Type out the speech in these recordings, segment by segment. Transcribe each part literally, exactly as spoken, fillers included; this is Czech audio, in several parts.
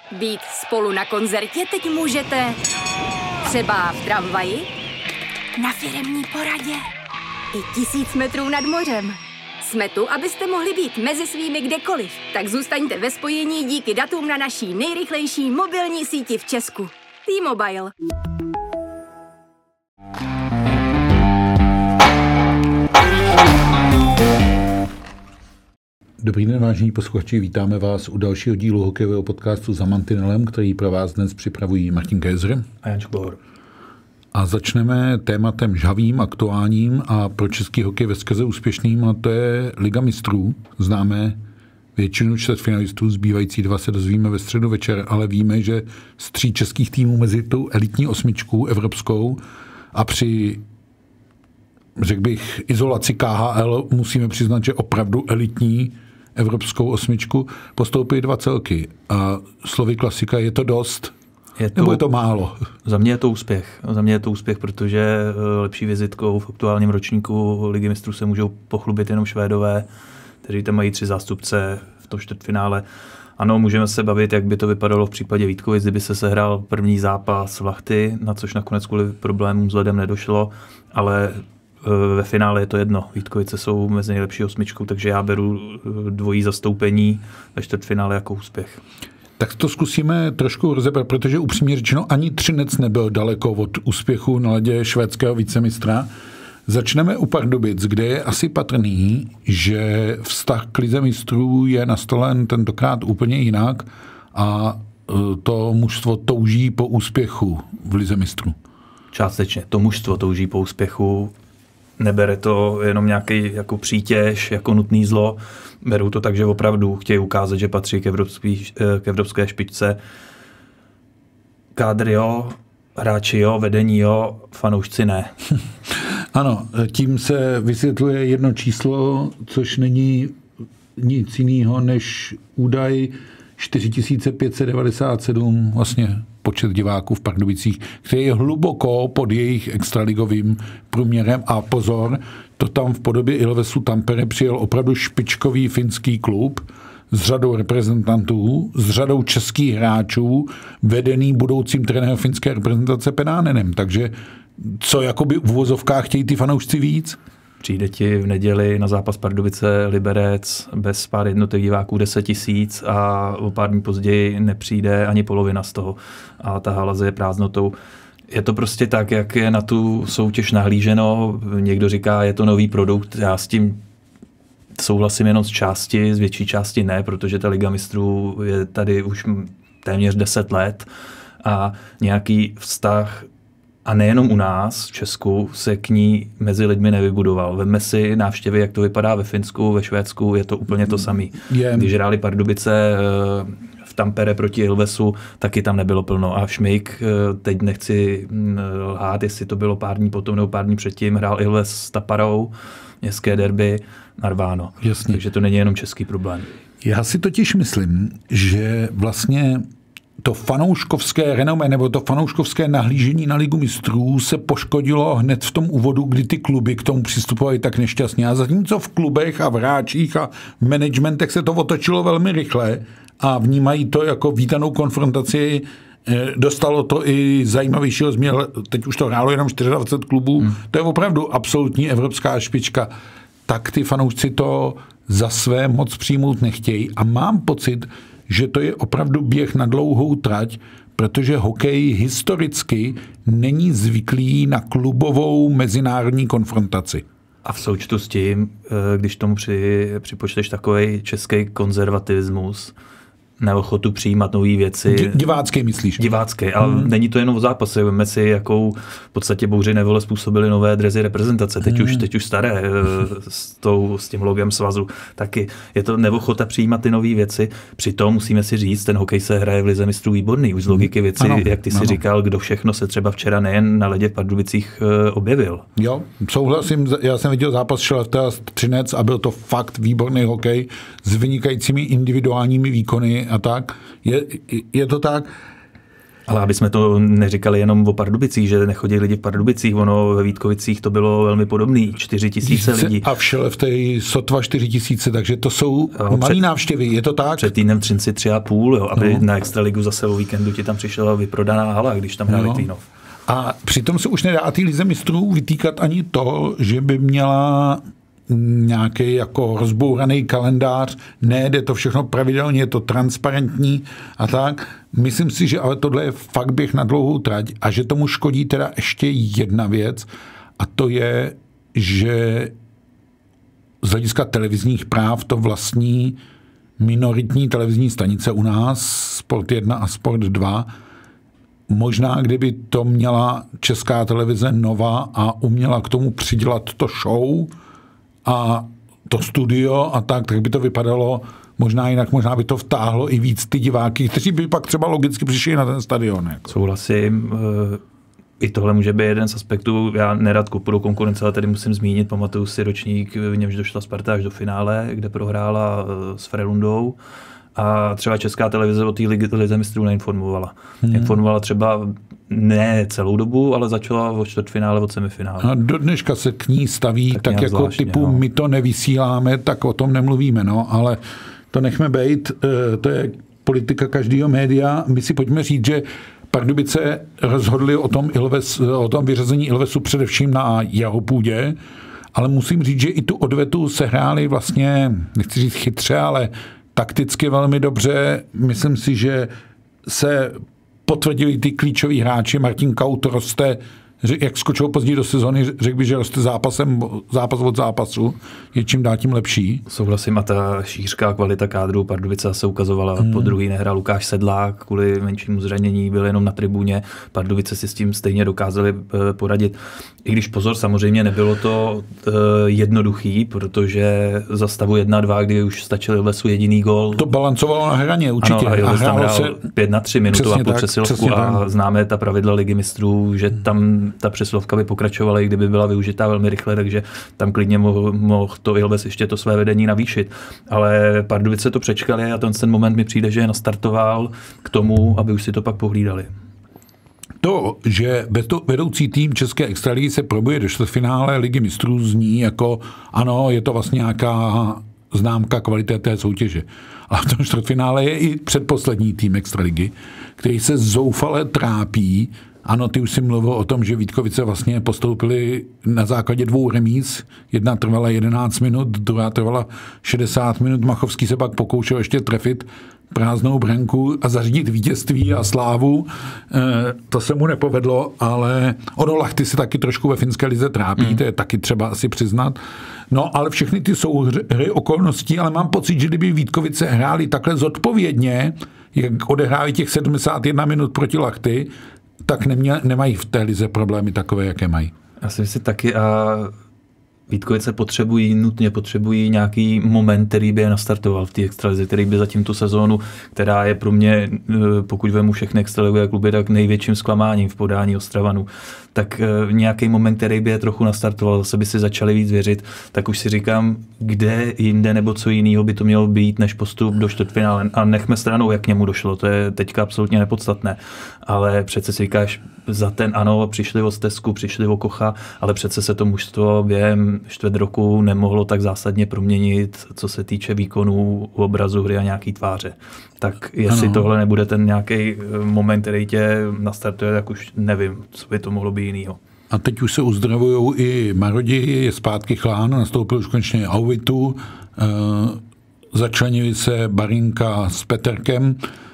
Být spolu na koncertě teď můžete třeba v tramvaji, na firemní poradě i tisíc metrů nad mořem. Jsme tu, abyste mohli být mezi svými kdekoliv. Tak zůstaňte ve spojení díky datům na naší nejrychlejší mobilní síti v Česku. T-Mobile. Dobrý den, vážení posluchači, vítáme vás u dalšího dílu hokejového podcastu Za mantinelem, který pro vás dnes připravují Martin Kézer a Jan Škbor. A začneme tématem žhavým, aktuálním a pro český hokej veskrze úspěšným, a to je Liga mistrů. Známe většinu čtvrtfinalistů, zbývající dva se dozvíme ve středu večer, ale víme, že z tří českých týmů mezi tou elitní osmičkou evropskou a při, řekl bych, izolaci K H L musíme přiznat, že opravdu elitní evropskou osmičku postoupí dva celky. A slovy klasika, je to dost, je to, nebo je to málo? Za mě je to úspěch. Za mě je to úspěch, protože lepší vizitkou v aktuálním ročníku Ligy mistrů se můžou pochlubit jenom Švédové, kteří tam mají tři zástupce v tom čtvrtfinále. Ano, můžeme se bavit, jak by to vypadalo v případě Vítkovic, kdyby se sehrál první zápas Vlachty, na což nakonec kvůli problémům vzhledem nedošlo, ale ve finále je to jedno. Vítkovice jsou mezi nejlepší osmičkou, takže já beru dvojí zastoupení ve čtvrtfinále jako úspěch. Tak to zkusíme trošku rozebrat, protože upřímně řečeno ani Třinec nebyl daleko od úspěchu na ledě švédského vicemistra. Začneme u Pardubic, kde je asi patrný, že vztah k lize mistrů je nastolen tentokrát úplně jinak a to mužstvo touží po úspěchu v lize mistrů. Částečně. To mužstvo touží po úspěchu. Nebere to jenom nějaký jako přítěž, jako nutný zlo. Berou to tak, že opravdu chtějí ukázat, že patří k evropské, k evropské špičce. Kádr jo, hráči jo, vedení jo, fanoušci ne. Ano, tím se vysvětluje jedno číslo, což není nic jiného než údaj čtyři tisíce pět set devadesát sedm vlastně počet diváků v Pardubicích, který je hluboko pod jejich extraligovým průměrem. A pozor, to tam v podobě Ilvesu Tampere přijel opravdu špičkový finský klub s řadou reprezentantů, s řadou českých hráčů, vedený budoucím trenérem finské reprezentace Penánenem. Takže co jakoby v uvozovkách chtějí ty fanoušci víc? Přijde ti v neděli na zápas Pardubice Liberec bez pár jednotek diváků deset tisíc a o pár dní později nepřijde ani polovina z toho a ta hala je prázdnotou. Je to prostě tak, jak je na tu soutěž nahlíženo. Někdo říká, je to nový produkt. Já s tím souhlasím jenom z části, z větší části ne, protože ta Liga mistrů je tady už téměř deset let a nějaký vztah a nejenom u nás v Česku se k ní mezi lidmi nevybudoval. Vemme si návštěvy, jak to vypadá ve Finsku, ve Švédsku, je to úplně to samé. Když hráli Pardubice v Tampere proti Ilvesu, taky tam nebylo plno. A Šmejk, teď nechci lhát, jestli to bylo pár dní potom nebo pár dní předtím, hrál Ilves s Taparou, městské derby, narváno. Jasně. Takže to není jenom český problém. Já si totiž myslím, že vlastně to fanouškovské renomé nebo to fanouškovské nahlížení na Ligu mistrů se poškodilo hned v tom úvodu, kdy ty kluby k tomu přistupovaly tak nešťastně. A zatímco v klubech a v hráčích a v managementech se to otočilo velmi rychle a vnímají to jako vítanou konfrontaci, dostalo to i zajímavějšího změr. Teď už to hrálo jenom dvacet čtyři klubů. Hmm. To je opravdu absolutní evropská špička. Tak ty fanoušci to za své moc přijmout nechtějí. A mám pocit, že to je opravdu běh na dlouhou trať, protože hokej historicky není zvyklý na klubovou mezinárodní konfrontaci. A v součtu s tím, když tomu při, připočteš takový český konzervativismus, neochotu přijímat nové věci. Divácké myslíš? Divácké, ale hmm. není to jenom o zápase. Vemme si, jakou v podstatě bouři nevole způsobily nové dresy reprezentace. Teď, hmm. už, teď už staré s, tou, s tím logem svazu. Taky je to neochota přijímat ty nové věci. Přitom musíme si říct, ten hokej se hraje v lize mistrů výborný. Už z logiky věci, ano, jak ty si ano. říkal, kdo všechno se třeba včera nejen na ledě v Pardubicích objevil. Jo, souhlasím. Já jsem viděl zápas Šlechta Třinec a byl to fakt výborný hokej s vynikajícími individuálními výkony a tak. Je, je to tak. Ale aby jsme to neříkali jenom o Pardubicích, že nechodí lidi v Pardubicích, ono ve Vítkovicích to bylo velmi podobný, čtyři tisíce lidí. A v Šelevtej sotva čtyři tisíce, takže to jsou jo, malý návštěvy, je to tak? Před týdnem Třinci tři a půl, jo, aby no. na extraligu zase o víkendu ti tam přišla vyprodaná hala, když tam hráli no. Tvínov. A přitom se už nedá té lize mistrů vytýkat ani to, že by měla nějaký jako rozbouraný kalendář, ne, jde to všechno pravidelně, je to transparentní a tak. Myslím si, že ale tohle je fakt běh na dlouhou trať a že tomu škodí teda ještě jedna věc a to je, že z hlediska televizních práv to vlastní minoritní televizní stanice u nás, Sport jedna a Sport dva. Možná, kdyby to měla Česká televize Nova a uměla k tomu přidělat to show a to studio a tak, tak by to vypadalo možná jinak, možná by to vtáhlo i víc ty diváky, kteří by pak třeba logicky přišli na ten stadion. Jako. Souhlasím. I tohle může být jeden z aspektů. Já nerad kupuju konkurence, ale tady musím zmínit, pamatuju si ročník, v němž došla Sparta až do finále, kde prohrála s Frelundou. A třeba Česká televize o té lize mistrů neinformovala. Hmm. Informovala třeba ne celou dobu, ale začala od čtvrtfinále, od semifinále. A do dneška se k ní staví tak, tak jako zvláštně, typu no. My to nevysíláme, tak o tom nemluvíme, no, ale to nechme bejt, to je politika každého média. My si pojďme říct, že Pardubice rozhodli o tom, Ilves, o tom vyřazení Ilvesu především na jeho půdě, ale musím říct, že i tu odvetu se hráli vlastně, nechci říct chytře, ale takticky velmi dobře. Myslím si, že se potvrdili ty klíčoví hráči. Martin Kaut roste, jak skočil později do sezóny, řekl by, že roste zápasem, zápas od zápasu. Je čím dál tím lepší. Souhlasím a ta šířka kvalita kádru Pardubice se ukazovala. Hmm. Po druhý nehrál Lukáš Sedlák, kvůli menšímu zranění byl jenom na tribuně. Pardubice si s tím stejně dokázali poradit. I když pozor, samozřejmě nebylo to uh, jednoduchý, protože za stavu jedna dva, kdy už stačil Lesu jediný gól. To balancovalo na hraně určitě. Ano, a, a hrál se pět na tři minutu a půl přesilovku a známe ta pravidla ligy mistrů, že tam ta přesilovka by pokračovala, i kdyby byla využitá velmi rychle, takže tam klidně mohl, mohl to Ilves ještě to své vedení navýšit. Ale Pardubice to přečkali a ten, ten moment mi přijde, že je nastartoval k tomu, aby už si to pak pohlídali. To, že vedoucí tým České extraligy se probuje do čtvrtfinále ligy mistrů, zní jako ano, je to vlastně nějaká známka kvality té soutěže. A v tom čtvrtfinále je i předposlední tým extraligy, který se zoufale trápí. Ano, ty už si mluvil o tom, že Vítkovice vlastně postoupili na základě dvou remíz. Jedna trvala jedenáct minut, druhá trvala šedesát minut. Machovský se pak pokoušel ještě trefit prázdnou branku a zařídit vítězství a slávu. E, to se mu nepovedlo, ale ono Lahty se taky trošku ve finské lize trápí, mm. to je taky třeba asi přiznat. No, ale všechny ty jsou hry okolností, ale mám pocit, že kdyby Vítkovice hráli takhle zodpovědně, jak odehráli těch sedmdesát jedna minut proti Lahty, tak nemě, nemají v té lize problémy takové, jaké mají. Já si myslím taky a Vítkovice potřebují, nutně potřebují nějaký moment, který by je nastartoval v té extralize, který by zatím tu sezónu, která je pro mě, pokud vemu všechny extraligové kluby, tak největším zklamáním v podání Ostravanů, tak nějaký moment, který by je trochu nastartoval, zase by si začali víc věřit, tak už si říkám, kde jinde nebo co jiného by to mělo být, než postup do čtvrtfinále. A nechme stranou, jak k němu došlo, to je teďka absolutně nepodstatné. Ale přece si říkáš, za ten ano, přišli o Stezku, přišli o Kocha, ale přece se to mužstvo během čtvrt roku nemohlo tak zásadně proměnit, co se týče výkonů, obrazu hry a nějaký tváře. Tak jestli ano. tohle nebude ten nějaký moment, který tě nastartuje, tak už nevím, co by to mohlo být jinýho. A teď už se uzdravujou i Marodi, je zpátky Chlán, nastoupil už konečně Auvitu, e, začlenili se Barinka s Peterkem.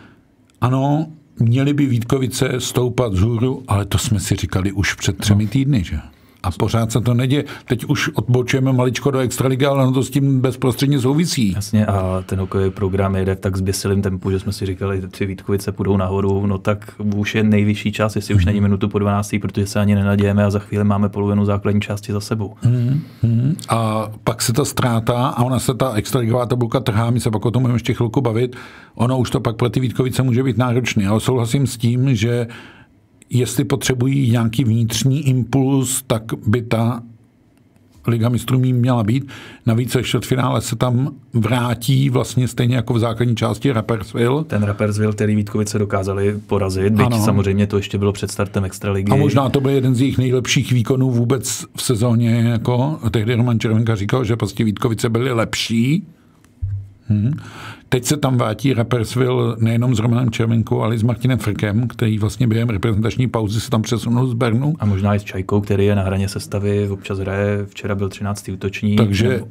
Ano, měli by Vítkovice stoupat vzhůru, ale to jsme si říkali už před třemi týdny, že? A pořád se to neděje. Teď už odbočujeme maličko do extraligy, ale to s tím bezprostředně souvisí. Jasně, a ten hokejový program jede v tak zběsilém tempu, že jsme si říkali, že tři Vítkovice půjdou nahoru, no tak už je nejvyšší čas, jestli už není minutu po dvanácté, protože se ani nenadějeme a za chvíli máme polovinu základní části za sebou. Hmm, hmm. A pak se ta ztráta a ona se ta extraligová tabulka trhá, my se pak o tom můžeme ještě chvilku bavit, ono už to pak pro ty Vítkovice může být náročný, ale souhlasím s tím, že jestli potřebují nějaký vnitřní impuls, tak by ta Liga mistrů měla být. Navíc ve čtvrtfinále se tam vrátí vlastně stejně jako v základní části Rapperswil. Ten Rapperswil, který Vítkovice dokázali porazit, byť samozřejmě to ještě bylo před startem extraligy. A možná to byl jeden z jejich nejlepších výkonů vůbec v sezóně. Jako, tehdy Roman Červenka říkal, že prostě Vítkovice byly lepší. Hmm. Teď se tam vrátí Rapperswil nejenom s Romanem Červenkou, ale i s Martinem Frkem, který vlastně během reprezentační pauzy se tam přesunul z Bernu. A možná i s Čajkou, který je na hraně sestavy, občas hraje, včera byl třináctý útočník. Takže nebo...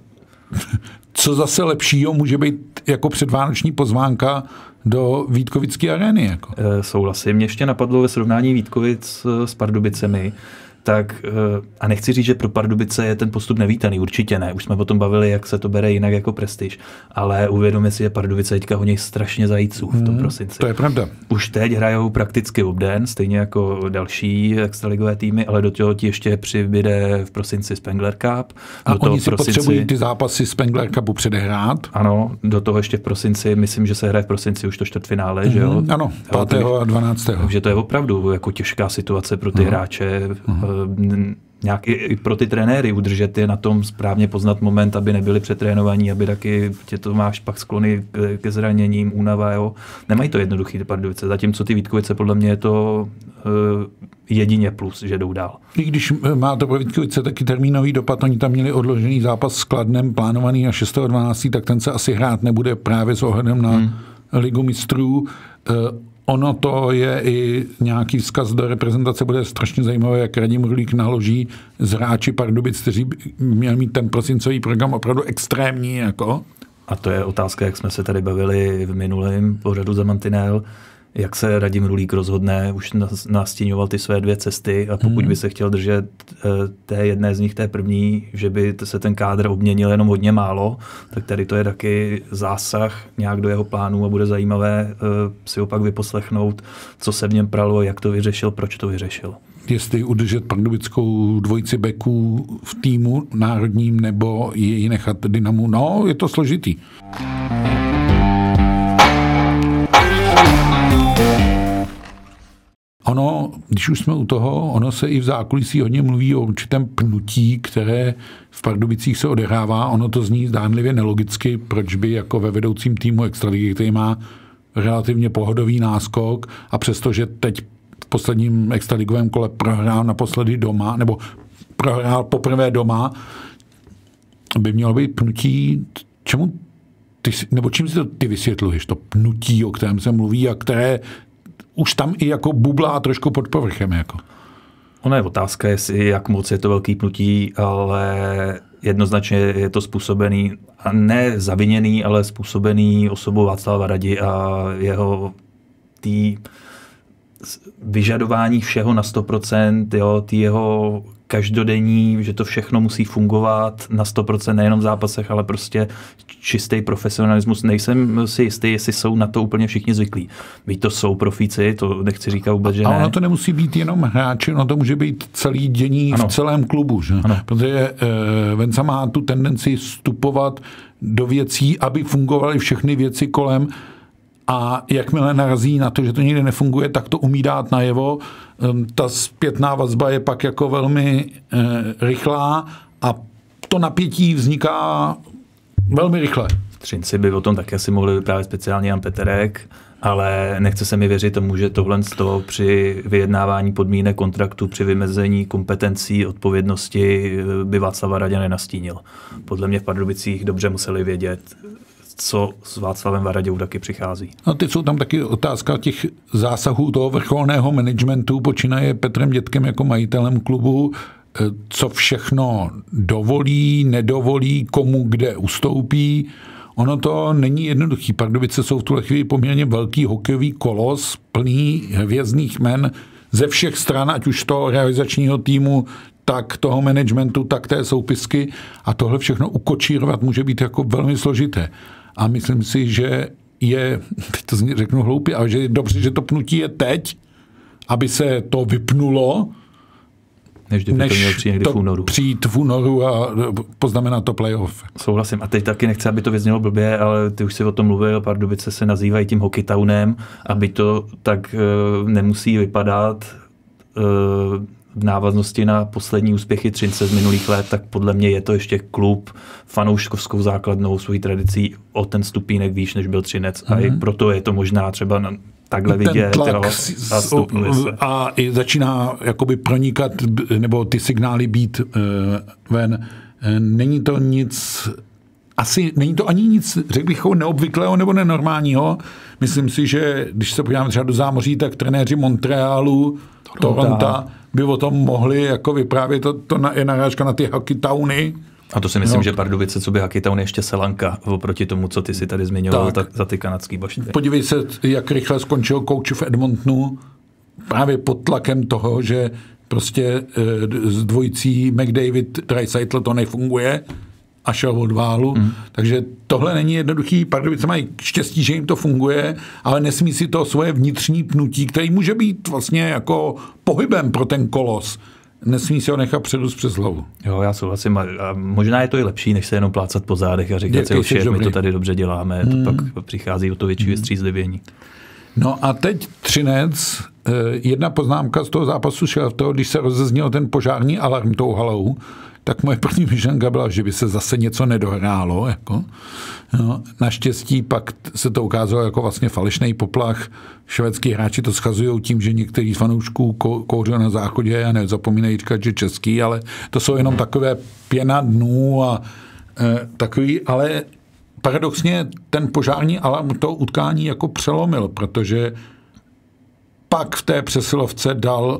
co zase lepšího může být jako předvánoční pozvánka do Vítkovické arény? Jako? E, souhlasím. Mě ještě napadlo ve srovnání Vítkovic s Pardubicemi, tak, a nechci říct, že pro Pardubice je ten postup nevítaný, určitě ne. Už jsme o tom bavili, jak se to bere jinak jako prestiž, ale uvědomme si, že Pardubice teďka honí strašně zajíců v tom prosinci. To je pravda. Už teď hrajou prakticky obden, stejně jako další extraligové týmy, ale do toho ti ještě přibyde v prosinci Spengler Cup. A do toho oni si prosinci... potřebují ty zápasy Spengler Cupu předehrát. Ano, do toho ještě v prosinci, myslím, že se hraje v prosinci už to čtvrtfinále, mm-hmm, že jo? Ano, pátého a dvanáctého Takže to je opravdu jako těžká situace pro ty mm-hmm. hráče. Mm-hmm. Nějak i, i pro ty trenéry udržet je na tom správně poznat moment, aby nebyli přetrénovaní, aby taky tě to máš pak sklony ke, ke zraněním, únava, jo. Nemají to jednoduchý ty Pardubice, zatímco ty Vítkovice podle mě je to uh, jedině plus, že jdou dál. I když má to pro Vítkovice taky termínový dopad, oni tam měli odložený zápas s Kladnem plánovaný na šestého dvanáctého tak ten se asi hrát nebude právě s ohledem na hmm. Ligu mistrů. Uh, Ono to je i nějaký vzkaz do reprezentace, bude strašně zajímavé, jak Radim Rulík naloží z hráči Pardubic, kteří měli mít ten prosincový program opravdu extrémní. Jako. A to je otázka, jak jsme se tady bavili v minulém pořadu za Mantinel, jak se Radim Rulík rozhodne, už nastíňoval ty své dvě cesty a pokud hmm. by se chtěl držet té jedné z nich, té první, že by se ten kádr obměnil jenom hodně málo, tak tady to je taky zásah nějak do jeho plánu a bude zajímavé si opak vyposlechnout, co se v něm pralo, jak to vyřešil, proč to vyřešil. Jestli udržet pardubickou dvojici beků v týmu národním nebo ji nechat Dynamu, no je to složitý. Ono, když už jsme u toho, ono se i v zákulisí hodně mluví o určitém pnutí, které v Pardubicích se odehrává. Ono to zní zdánlivě nelogicky, proč by jako ve vedoucím týmu extraligy, který má relativně pohodový náskok a přestože teď v posledním extraligovém kole prohrál naposledy doma, nebo prohrál poprvé doma, by mělo být pnutí, čemu ty, nebo čím si to ty vysvětluješ, to pnutí, o kterém se mluví a které už tam i jako bublá trošku pod povrchem. Jako. Ona je otázka, jestli jak moc je to velký pnutí, ale jednoznačně je to způsobený, a ne zaviněný, ale způsobený osobou Václava Radi a jeho tý vyžadování všeho na sto procent, jo, tý jeho každodenní, že to všechno musí fungovat na sto procent, nejenom v zápasech, ale prostě čistý profesionalismus. Nejsem si jistý, jestli jsou na to úplně všichni zvyklí. Byť to jsou profíci, to nechci říkat vůbec, že ne. A ono to nemusí být jenom hráči, ono to může být celý dění ano. v celém klubu. Že? Protože uh, Venca má tu tendenci vstupovat do věcí, aby fungovaly všechny věci kolem. A jakmile narazí na to, že to někde nefunguje, tak to umí dát najevo. Ta zpětná vazba je pak jako velmi e, rychlá a to napětí vzniká velmi rychle. V Třinci by o tom také si mohli vyprávět speciálně Jan Peterek, ale nechce se mi věřit tomu, že tohle z toho při vyjednávání podmínek kontraktu, při vymezení kompetencí, odpovědnosti by Václava Radě nenastínil. Podle mě v Pardubicích dobře museli vědět, co s Václavem Varadou taky přichází. No, teď jsou tam taky otázka těch zásahů toho vrcholného managementu, počínaje Petrem Dětkem jako majitelem klubu, co všechno dovolí, nedovolí, komu kde ustoupí. Ono to není jednoduchý. Pardubice jsou v tuhle chvíli poměrně velký hokejový kolos, plný hvězdných men ze všech stran, ať už toho realizačního týmu, tak toho managementu, tak té soupisky a tohle všechno ukočírovat může být jako velmi složité. A myslím si, že je, teď to řeknu hloupě, ale že je dobře, že to pnutí je teď, aby se to vypnulo, než, než to mělo přijít někdy v únoru. přijít v únoru a poznamenat to playoff. Souhlasím. A teď taky nechci, aby to vyznělo blbě, ale ty už si o tom mluvil, Pardubice se nazývají tím hockeytownem, aby to tak uh, nemusí vypadat. Uh, v návaznosti na poslední úspěchy Třince z minulých let, tak podle mě je to ještě klub fanouškovskou základnou svojí tradicí o ten stupínek výš, než byl Třinec. Mm-hmm. A i proto je to možná třeba na, takhle ten vidět. Tlak jo, a, stupňuje se. a i začíná jakoby pronikat, nebo ty signály být uh, ven. Není to nic, asi není to ani nic, řekl bych, neobvyklého nebo nenormálního. Myslím si, že když se podíváme třeba do zámoří, tak trenéři Montrealu, Toronto by o tom mohli jako vyprávět, to, to je narážka na ty hockey towny. A to si myslím, no. že Pardubice, co by hockey town, ještě selanka oproti tomu, co ty si tady zmiňoval tak, za ty kanadský bašty. Podívej se, jak rychle skončil coach v Edmontonu právě pod tlakem toho, že prostě z dvojicí McDavid-Draisaitl to nefunguje a šel od válu. Mm. Takže tohle není jednoduchý. Pardubice mají štěstí, že jim to funguje, ale nesmí si to svoje vnitřní pnutí, který může být vlastně jako pohybem pro ten kolos. Nesmí si ho nechat předus přes hlavu. Jo, já souhlasím. A možná je to i lepší, než se jenom plácat po zádech a říkat si, že my to tady dobře děláme. Mm. To pak přichází o to větší mm. vystřízlivění. No a teď Třinec, jedna poznámka z toho zápasu šel v toho, když se rozezněl ten požární alarm tou halou, tak moje první myšlenka byla, že by se zase něco nedohrálo. Jako. No, naštěstí pak se to ukázalo jako vlastně falešný poplach. Švédský hráči to schazují tím, že některý z fanoušků kouří na záchodě a nezapomínají říkat, že český, ale to jsou jenom takové pěna dnů a e, takový, ale paradoxně ten požární alarm to utkání jako přelomil, protože pak v té přesilovce dal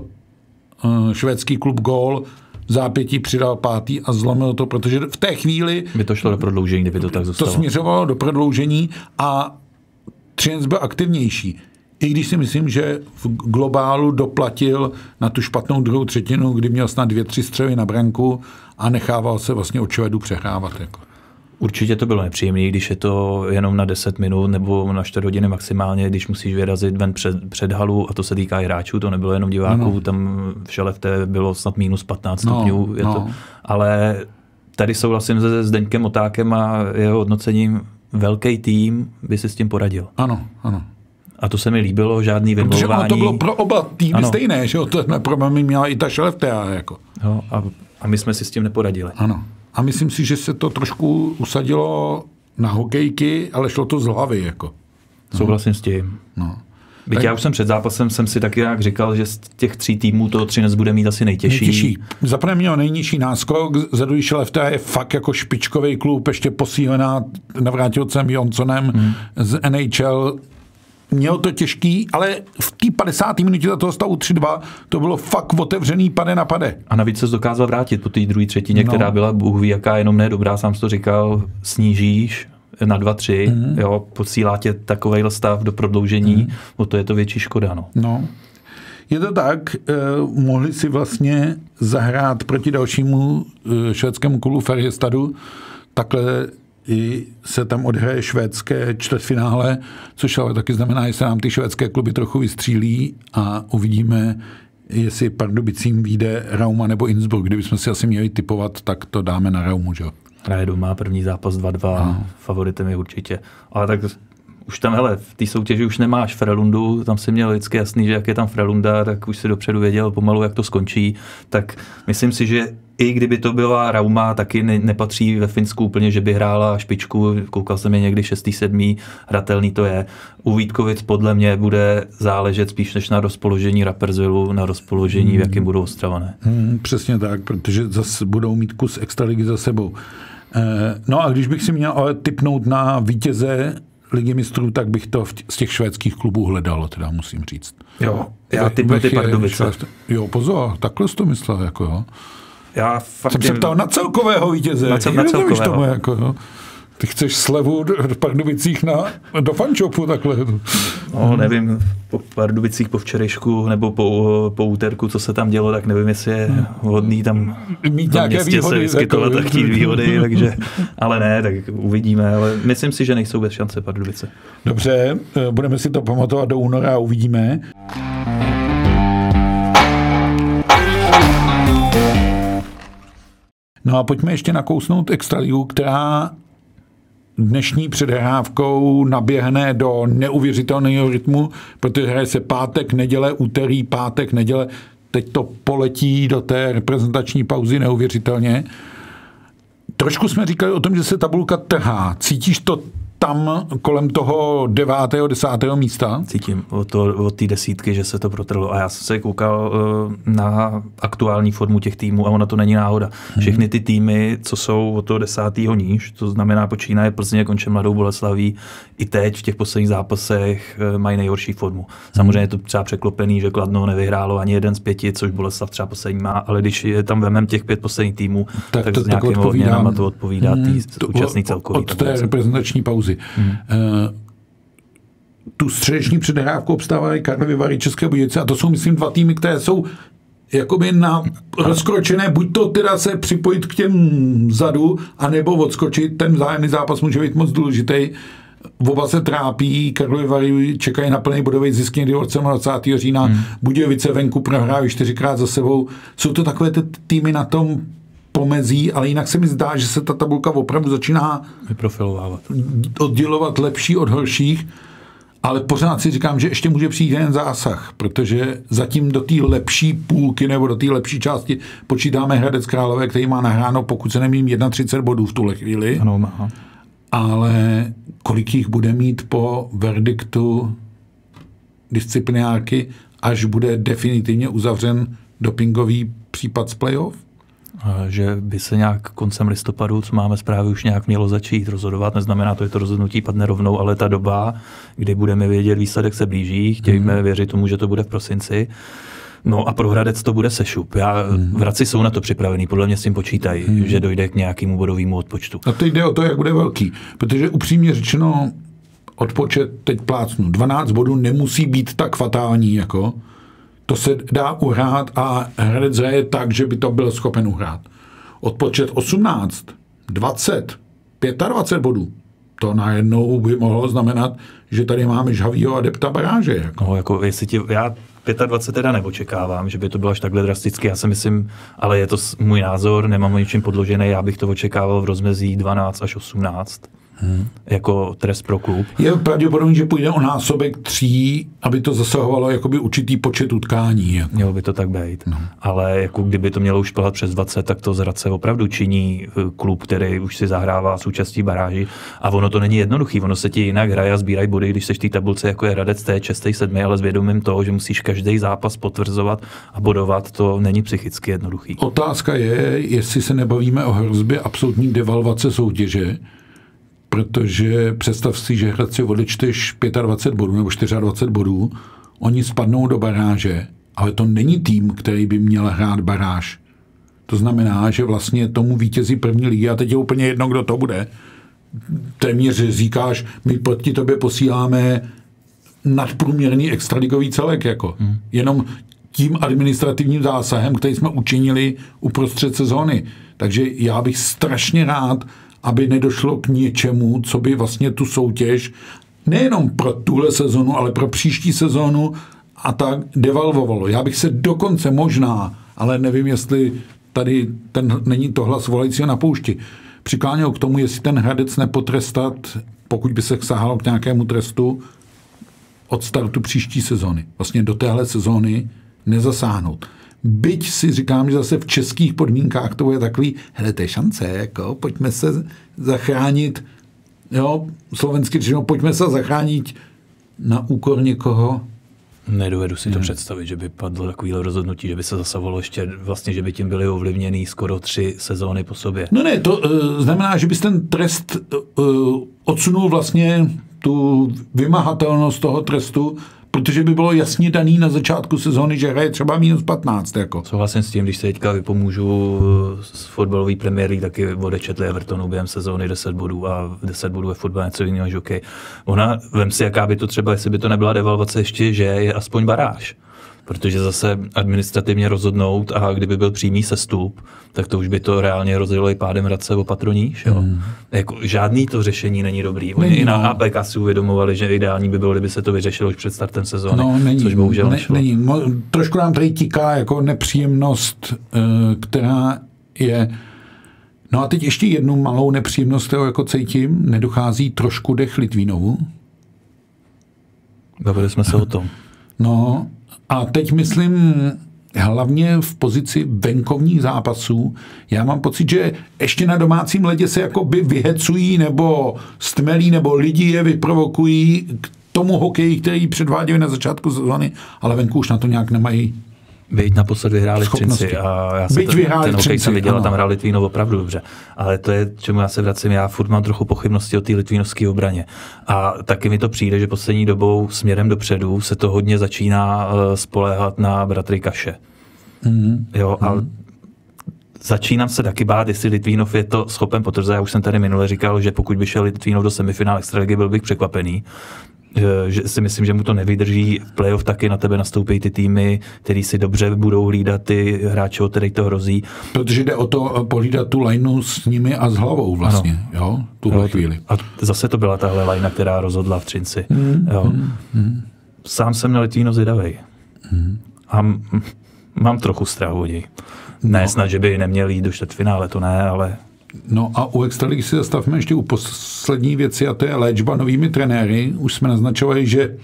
uh, švédský klub gól, v zápětí přidal pátý a zlomil to, protože v té chvíli by to šlo do prodloužení, kdyby to tak zůstalo. To směřovalo do prodloužení a Třinec byl aktivnější. I když si myslím, že v globálu doplatil na tu špatnou druhou třetinu, kdy měl snad dvě, tři střely na branku a nechával se vlastně od Švédů přehrávat. Jako. Určitě to bylo nepříjemné, když je to jenom na deset minut nebo na čtyři hodiny maximálně, když musíš vyrazit ven před, před halu, a to se týká i hráčů, to nebylo jenom diváků, no, no. Tam v Šelefté bylo snad minus patnáct no, stupňů. Je no. to, ale tady souhlasím se Zdeňkem Otákem a jeho hodnocením, velký tým by si s tím poradil. Ano, ano. A to se mi líbilo, žádný vymlouvání. Protože to bylo pro oba týmy ano. stejné, že jo, to jsme problémy měla i ta Šeleftea. Jako. Jo, a, a my jsme si s tím neporadili. Ano. A myslím si, že se to trošku usadilo na hokejky, ale šlo to z hlavy. Jako. Souhlasím s tím. No. Byť tak... já už jsem před zápasem jsem si taky jak říkal, že z těch tří týmů to Třinec bude mít asi nejtěžší. Nejtěžší. Zaprvé měl nejnižší náskok, za druhý Šeleftea je fakt jako špičkový klub, ještě posílená navrátilcem Johnsonem hmm. z N H L. Měl to těžký, ale v té padesáté minutě za toho stavu tři dva to bylo fakt otevřený pade na pade. A navíc se dokázal vrátit po té druhé třetině, no. která byla bůh ví jaká, jenom ne dobrá, sám jsi to říkal, snížíš na dva tři, mm. jo, posílá tě takovejhle stav do prodloužení, mm. o to je to větší škoda. No. no. Je to tak, eh, mohli si vlastně zahrát proti dalšímu eh, švédskému klubu Färjestadu, takhle i se tam odhraje švédské čtvrtfinále, což ale taky znamená, že se nám ty švédské kluby trochu vystřílí a uvidíme, jestli Pardubicím vyjde Rauma nebo Innsbruck. Kdybychom si asi měli typovat, tak to dáme na Raumu, že? Hraje doma, první zápas dva dva, ano. Favoritem je určitě. Ale tak už tam, hele, v té soutěži už nemáš Frelundu, tam si měl vždycky jasný, že jak je tam Frelunda, tak už si dopředu věděl pomalu, jak to skončí. Tak myslím si, že i kdyby to byla Rauma, taky ne, nepatří ve Finsku úplně, že by hrála špičku, koukal jsem je někdy šestý, sedmý, hratelný to je. U Vítkovic podle mě bude záležet spíš než na rozpoložení Rappersilu, na rozpoložení, hmm. v jakém budou Ostravané. Hmm, přesně tak, protože zase budou mít kus extraligy za sebou. Eh, no a když bych si měl ale tipnout na vítěze Ligy mistrů, tak bych to z těch švédských klubů hledal, teda musím říct. Jo, já typnu ty Pardubice. Jo, pozor, takhle jsi to myslel, jako jo. Já fakt jsem se ptal na celkového vítěze. Na, cel, na celkového. Tomu, jako, jo. Ty chceš slevu v Pardubicích na, do fančopu takhle. No, nevím, po Pardubicích po včerejšku nebo po, po úterku, co se tam dělo, tak nevím, jestli je hodný tam mít nějaké výhody, se vyskytovat a chtít výhody, takže, ale ne, tak uvidíme, ale myslím si, že nejsou bez šance Pardubice. Dobře, budeme si to pamatovat do února a uvidíme. No a pojďme ještě nakousnout extraligu, která dnešní předhrávkou naběhne do neuvěřitelného rytmu, protože hraje se pátek, neděle, úterý, pátek, neděle. teď to poletí do té reprezentační pauzy neuvěřitelně. Trošku jsme říkali o tom, že se tabulka trhá. Cítíš to tam kolem toho devátého, desátého místa? Cítím od, od té desítky, že se to protrhlo. A já jsem se koukal uh, na aktuální formu těch týmů a ona to není náhoda. Hmm. Všechny ty týmy, co jsou od toho desátého níž, to znamená počínaje Plzně, konče Mladou Boleslaví, i teď v těch posledních zápasech uh, mají nejhorší formu. Samozřejmě je to třeba překlopený, že Kladno nevyhrálo ani jeden z pěti, což Boleslav třeba poslední má, ale když je tam vemem těch pět posledních týmů, tak, tak to, s nějakými odměnama to odpovídá hmm. té účastní celkový. Od té reprezentační pauzy. Hmm. Uh, tu středeční předhrávku obstávají Karlovy Vary, České Budějovice a to jsou, myslím, dva týmy, které jsou jakoby na rozkročené, buď to teda se připojit k těm zadu, anebo odskočit, ten vzájemný zápas může být moc důležitý. Oba se trápí, Karlovy Vary čekají na plný bodový zisk někdy od dvacátého sedmého října, hmm. Budějovice venku prohrávají čtyřikrát za sebou. Jsou to takové ty týmy na tom pomezí, ale jinak se mi zdá, že se ta tabulka opravdu začíná vyprofilovávat. Oddělovat lepší od horších, ale pořád si říkám, že ještě může přijít jeden zásah, protože zatím do té lepší půlky nebo do té lepší části počítáme Hradec Králové, který má nahráno, pokud se nemýlím, třicet jedna bodů v tuhle chvíli. Ano, aha. Ale kolik jich bude mít po verdiktu disciplinárky, až bude definitivně uzavřen dopingový případ z playoff? Že by se nějak koncem listopadu, co máme zprávy, už nějak mělo začít rozhodovat. Neznamená to, že to rozhodnutí padne rovnou, ale ta doba, kdy budeme vědět, výsledek se blíží, chtějme hmm. věřit tomu, že to bude v prosinci. No a pro Hradec to bude sešup. Já, hmm. Vratci jsou na to připravený, podle mě s tím počítají, hmm. že dojde k nějakému bodovému odpočtu. A teď jde o to, jak bude velký, protože upřímně řečeno odpočet, teď plácnu, dvanáct bodů nemusí být tak fatální, jako to se dá uhrát a Hradec hraje tak, že by to byl schopen uhrát. Odpočet osmnáct, dvacet, dvacet pět bodů. To najednou by mohlo znamenat, že tady máme žhavýho adepta baráže. Jako. No, jako jestli ti, já dvacet pět teda neočekávám, že by to bylo až takhle drasticky. Já si myslím, ale je to můj názor, nemám o ničím podložený, já bych to očekával v rozmezí dvanáct až osmnáct. Hmm. Jako trest pro klub. Je pravděpodobně, že půjde o násobek tří, aby to zasahovalo jakoby určitý počet utkání. Jako. Mělo by to tak být. No. Ale jako kdyby to mělo už šplhat přes dvacet, tak to z Hradce opravdu činí klub, který už si zahrává součástí baráži. A ono to není jednoduchý. Ono se ti jinak hraje a sbírají body, když seš v té tabulce jako je Hradec té šestý, sedmý, ale s vědomím toho, že musíš každý zápas potvrzovat a bodovat, to není psychicky jednoduchý. Otázka je, jestli se nebavíme o hrozbě absolutní devalvace soutěže, protože představ si, že Hradci odečteš dvacet pět bodů nebo dvacet čtyři bodů, oni spadnou do baráže, ale to není tým, který by měl hrát baráž. To znamená, že vlastně tomu vítězi první ligy, a teď je úplně jedno, kdo to bude, téměř říkáš, my proti tobě posíláme nadprůměrný extraligový celek, jako. Hmm. Jenom tím administrativním zásahem, který jsme učinili uprostřed sezóny. Takže já bych strašně rád, aby nedošlo k něčemu, co by vlastně tu soutěž nejenom pro tuhle sezonu, ale pro příští sezonu a tak devalvovalo. Já bych se dokonce možná, ale nevím, jestli tady ten, není to hlas volajícího na poušti, přikláněl k tomu, jestli ten Hradec nepotrestat, pokud by se sahalo k nějakému trestu od startu příští sezony. Vlastně do téhle sezóny nezasáhnout. Byť si říkám, že zase v českých podmínkách to je takový, hele, to je šance, jako, pojďme se zachránit, jo, slovensky řečeno, pojďme se zachránit na úkor někoho. Nedovedu si to ne. představit, že by padlo takovýhle rozhodnutí, že by se zasavalo ještě vlastně, že by tím byly ovlivněný skoro tři sezóny po sobě. No ne, to uh, znamená, že bys ten trest uh, odsunul vlastně tu vymahatelnost toho trestu, protože by bylo jasně daný na začátku sezóny, že hraje třeba minus patnáct. Jako. Souhlasím s tím, když se teďka vypomůžu z fotbalový Premier League, taky odečetli Evertonu během sezóny deset bodů a deset bodů ve fotbale něco jiného než hokej. Ona, vem si, jaká by to třeba, jestli by to nebyla devalvace ještě, že je aspoň baráž. Protože zase administrativně rozhodnout a kdyby byl přímý sestup, tak to už by to reálně rozjelo i pádem Hradce o patroníž. Jo? Mm. Jako, žádný to řešení není dobrý. Oni není, i na no. A P K si uvědomovali, že ideální by bylo, kdyby se to vyřešilo už před startem sezóny, no, není, což bohužel ne, nešlo. Není. Trošku nám tady tiká jako nepříjemnost, která je... No a teď ještě jednu malou nepříjemnost, kterou jako cítím, nedochází trošku dech Litvínovu. Bavili jsme se o tom. No, a teď myslím hlavně v pozici venkovních zápasů. Já mám pocit, že ještě na domácím ledě se jakoby vyhecují nebo stmelí, nebo lidi je vyprovokují k tomu hokeji, který předváděli na začátku sezóny, ale venku už na to nějak nemají. Byť naposled vyhráli v Třinci a já jsem ten hokej jsem viděl, tam hrál Litvínov opravdu dobře. Ale to je, čemu já se vracím, já furt mám trochu pochybnosti o té litvínovské obraně. A taky mi to přijde, že poslední dobou směrem dopředu se to hodně začíná spoléhat na bratry Kaše. Mm. Jo, a mm. začínám se taky bát, jestli Litvínov je to schopen potvrzet. Já už jsem tady minule říkal, že pokud by šel Litvínov do semifinále extraligy, byl bych překvapený. Že si myslím, že mu to nevydrží. V playoff taky na tebe nastoupí ty týmy, který si dobře budou hlídat ty hráče, o kterých to hrozí. Protože jde o to pohlídat tu lineu s nimi a s hlavou vlastně, ano. jo, tuhle chvíli. A zase to byla tahle linea, která rozhodla v Třinci. Mm, jo. Mm, mm. Sám jsem na Litvínov zvědavej. Mm. A m- mám trochu strach od něj. Ne no. snad, že by neměl jít do čtvrtfinále, to ne, ale... No a u extraligy si zastavíme ještě u poslední věci a to je léčba novými trenéry. Už jsme naznačovali, že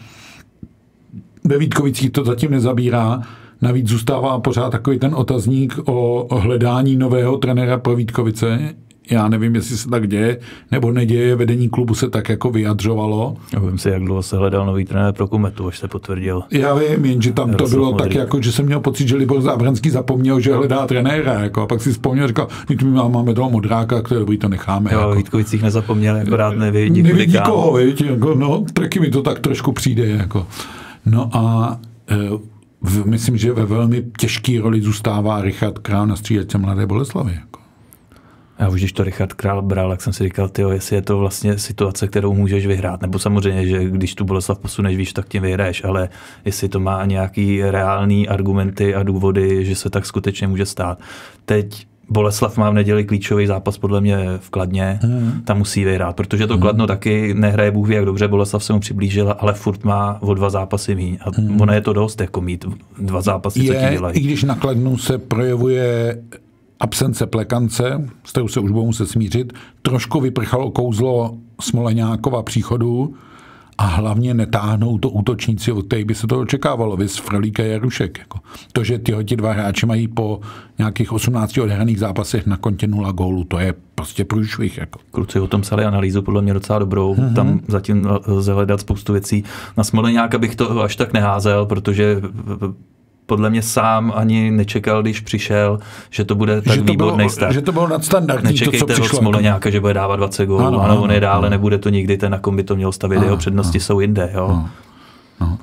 ve Vítkovicích to zatím nezabírá. Navíc zůstává pořád takový ten otazník o hledání nového trenéra pro Vítkovice. Já nevím, jestli se tak děje, nebo neděje, vedení klubu se tak jako vyjadřovalo. Já vím si, jak dlouho se hledal nový trenér pro Kometu, až se potvrdil. Já vím, jenže tam to bylo tak, jako, že jsem měl pocit, že Libor Zábranský zapomněl, že hledá trenéra, jako, a pak si vzpomněl, říkal, my máme toho Modráka, který dobrý, to necháme. Jo, jako. v Vítkovicích nezapomněl, jako rád nevidí. Nevidí koho, viď, jako, no, taky mi to tak trošku přijde, jako. No a e, v, myslím, že ve velmi těžké roli zůstává Richard Král na střídačce Mladé Boleslavi, jako. Já už když to Richard Král bral, jak jsem si říkal, tyjo, jestli je to vlastně situace, kterou můžeš vyhrát. Nebo samozřejmě, že když tu Boleslav posuneš, víš, tak tím vyhraješ, ale jestli to má nějaký reální argumenty a důvody, že se tak skutečně může stát. Teď Boleslav má v neděli klíčový zápas podle mě v Kladně, hmm. tam musí vyhrát, protože to Kladno hmm. taky nehraje Bůh ví jak dobře, Boleslav se mu přiblížila, ale furt má o dva zápasy míň. A hmm. ono je to dost, jako mít dva zápasy, je, co ti dělají. I když na Kladnu se projevuje absence Plekance, s kterou se už budou muset smířit, trošku vyprchalo kouzlo Smoleňákova příchodu a hlavně netáhnou to útočníci, od kterých by se to očekávalo, vys Frolík a Jarušek. Jako. To, že tyho ti dva hráči mají po nějakých osmnácti odehraných zápasech na kontě nula gólů, to je prostě průšvih. Jako. Kluci o tom psali analýzu, podle mě docela dobrou, mm-hmm. tam zatím lze hledat spoustu věcí. Na Smoleňáka bych to až tak neházel, protože podle mě sám ani nečekal, když přišel, že to bude tak výborný start. Že to bylo nadstandardní, nečekejte to, co přišlo. Od Smoleňáka, že bude dávat dvacet gólů. Ano, ano, on je dále, ano. Nebude to nikdy, ten na kom by to měl stavět, ano, jeho přednosti ano. jsou jinde. Jo? Ano. Ano.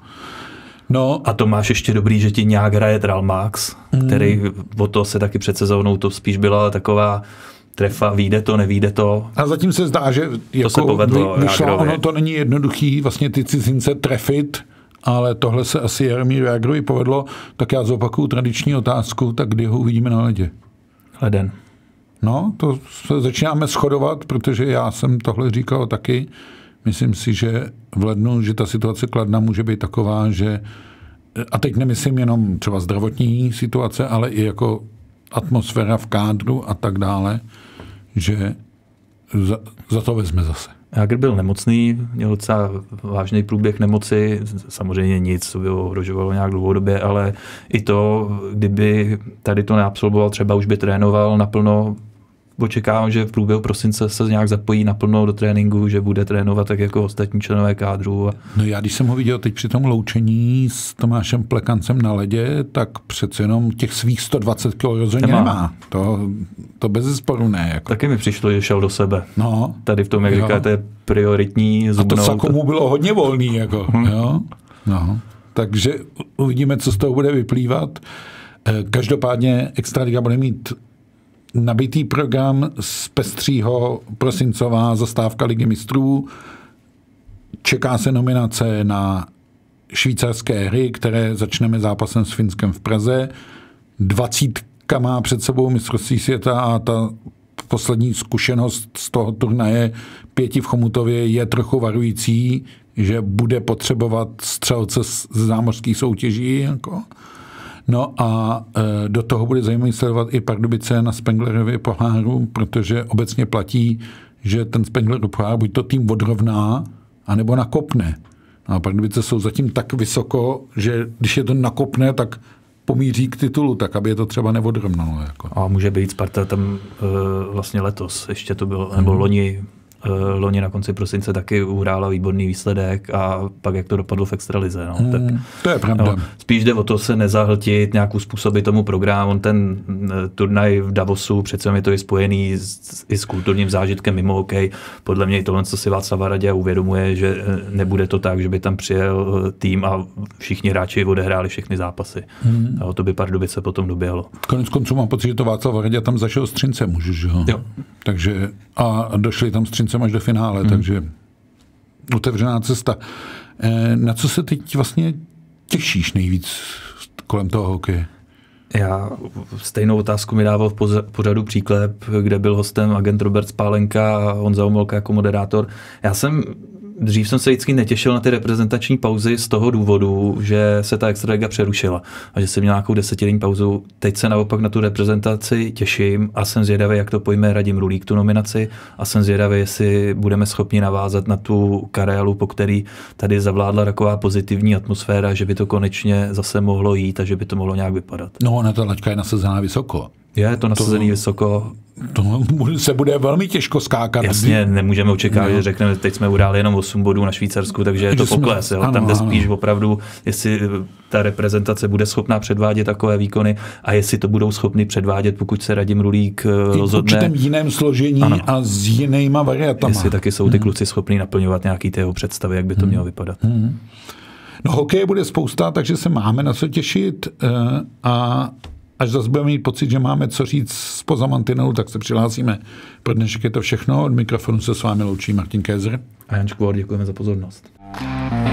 No. A to máš ještě dobrý, že ti nějak hraje Tralmax, hmm. který o to se taky před sezónou, to spíš byla taková trefa, vyjde to, nevyjde to. A zatím se zdá, že jako se povedlo, vyšlo, ono to není jednoduchý vlastně ty cizince trefit, ale tohle se asi Jaromíru Jágrovi povedlo, tak já zopakuju tradiční otázku, tak kdy ho uvidíme na ledě? Leden. No, to se začínáme shodovat, protože já jsem tohle říkal taky. Myslím si, že v lednu, že ta situace Kladna může být taková, že, a teď nemyslím jenom třeba zdravotní situace, ale i jako atmosféra v kádru a tak dále, že za, za to vezme zase. Jágr byl nemocný, měl docela vážný průběh nemoci, samozřejmě nic, co by ho ohrožovalo nějak dlouhodobě, ale i to, kdyby tady to neabsolvoval, třeba už by trénoval naplno. Očekávám, že v průběhu prosince se nějak zapojí naplno do tréninku, že bude trénovat tak jako ostatní členové kádru. No já, když jsem ho viděl teď při tom loučení s Tomášem Plekancem na ledě, tak přece jenom těch svých sto dvacet kilogramů rozhodně nemá. nemá. To, to bezesporu ne. Jako. Taky mi přišlo, že šel do sebe. No. Tady v tom, jak jo. říkáte, prioritní zubnout. A to sako mu bylo hodně volný. Jako. Hmm. Jo? No. Takže uvidíme, co z toho bude vyplývat. Každopádně Extraliga bude mít nabitý program z pestřího prosincová zastávka Ligy mistrů. Čeká se nominace na švýcarské hry, které začneme zápasem s Finskem v Praze. Dvacítka má před sebou mistrovství světa a ta poslední zkušenost z toho turnaje pěti v Chomutově je trochu varující, že bude potřebovat střelce z zámořských soutěží, jako. No a e, do toho bude zajímavý sledovat i Pardubice na Spenglerově poháru, protože obecně platí, že ten Spenglerův pohár buď to tým odrovná, anebo nakopne. No a Pardubice jsou zatím tak vysoko, že když je to nakopne, tak pomíří k titulu, tak aby je to třeba neodrovnalo. Jako. A může být Sparta tam uh, vlastně letos, ještě to bylo, nebo hmm. loni, uh, loni na konci prosince taky uhrála výborný výsledek a pak jak to dopadlo v extralize. No. Hmm, tak, to je pravda. No, spíš jde o to se nezahltit, nějakou způsobit tomu programu. On ten uh, turnaj v Davosu, přece je to i spojený s, i s kulturním zážitkem mimo hokej. Podle mě tohle, co si Václav Radě uvědomuje, že uh, nebude to tak, že by tam přijel uh, tým a všichni hráči odehráli všechny zápasy. Hmm. A o to by Pardubice potom doběhlo. Konec konců mám pocit, že to Václav Radě tam zašel s Třincem už, že jo? Jo. Takže a došli tam s Třincem až do finále, hmm. takže otevřená cesta. Na co se teď vlastně těšíš nejvíc kolem toho hokeje? Já stejnou otázku mi dával v pořadu Příklep, kde byl hostem agent Robert Spálenka a Honza Omolka jako moderátor. Já jsem Dřív jsem se vždycky netěšil na ty reprezentační pauzy z toho důvodu, že se ta extraliga přerušila a že jsem měl nějakou desetidenní pauzu. Teď se naopak na tu reprezentaci těším a jsem zvědavý, jak to pojme Radim Rulík, tu nominaci, a jsem zvědavý, jestli budeme schopni navázat na tu Karelu, po který tady zavládla taková pozitivní atmosféra, že by to konečně zase mohlo jít a že by to mohlo nějak vypadat. No, na ta laťka je nasazená vysoko. Je to nasazený to... vysoko. To se bude velmi těžko skákat. Jasně, nemůžeme očekávat, no. že řekneme, teď jsme udělali jenom osm bodů na Švýcarsku, takže je to pokles. Jsme, ano, tam jde spíš opravdu, jestli ta reprezentace bude schopná předvádět takové výkony a jestli to budou schopni předvádět, pokud se Radim Rulík rozhodne. V určitém jiném složení, ano, a s jinýma variantama. Jestli taky jsou ty kluci schopní naplňovat nějaký ty jeho představy, jak by to hmm. mělo vypadat. Hmm. No, hokeje bude spousta, takže se máme na co těšit a až zase budeme mít pocit, že máme co říct spoza mantinelu, tak se přihlásíme. Pro dnešek je to všechno. Od mikrofonu se s vámi loučí Martin Kézer. A Jan Škvor, děkujeme za pozornost.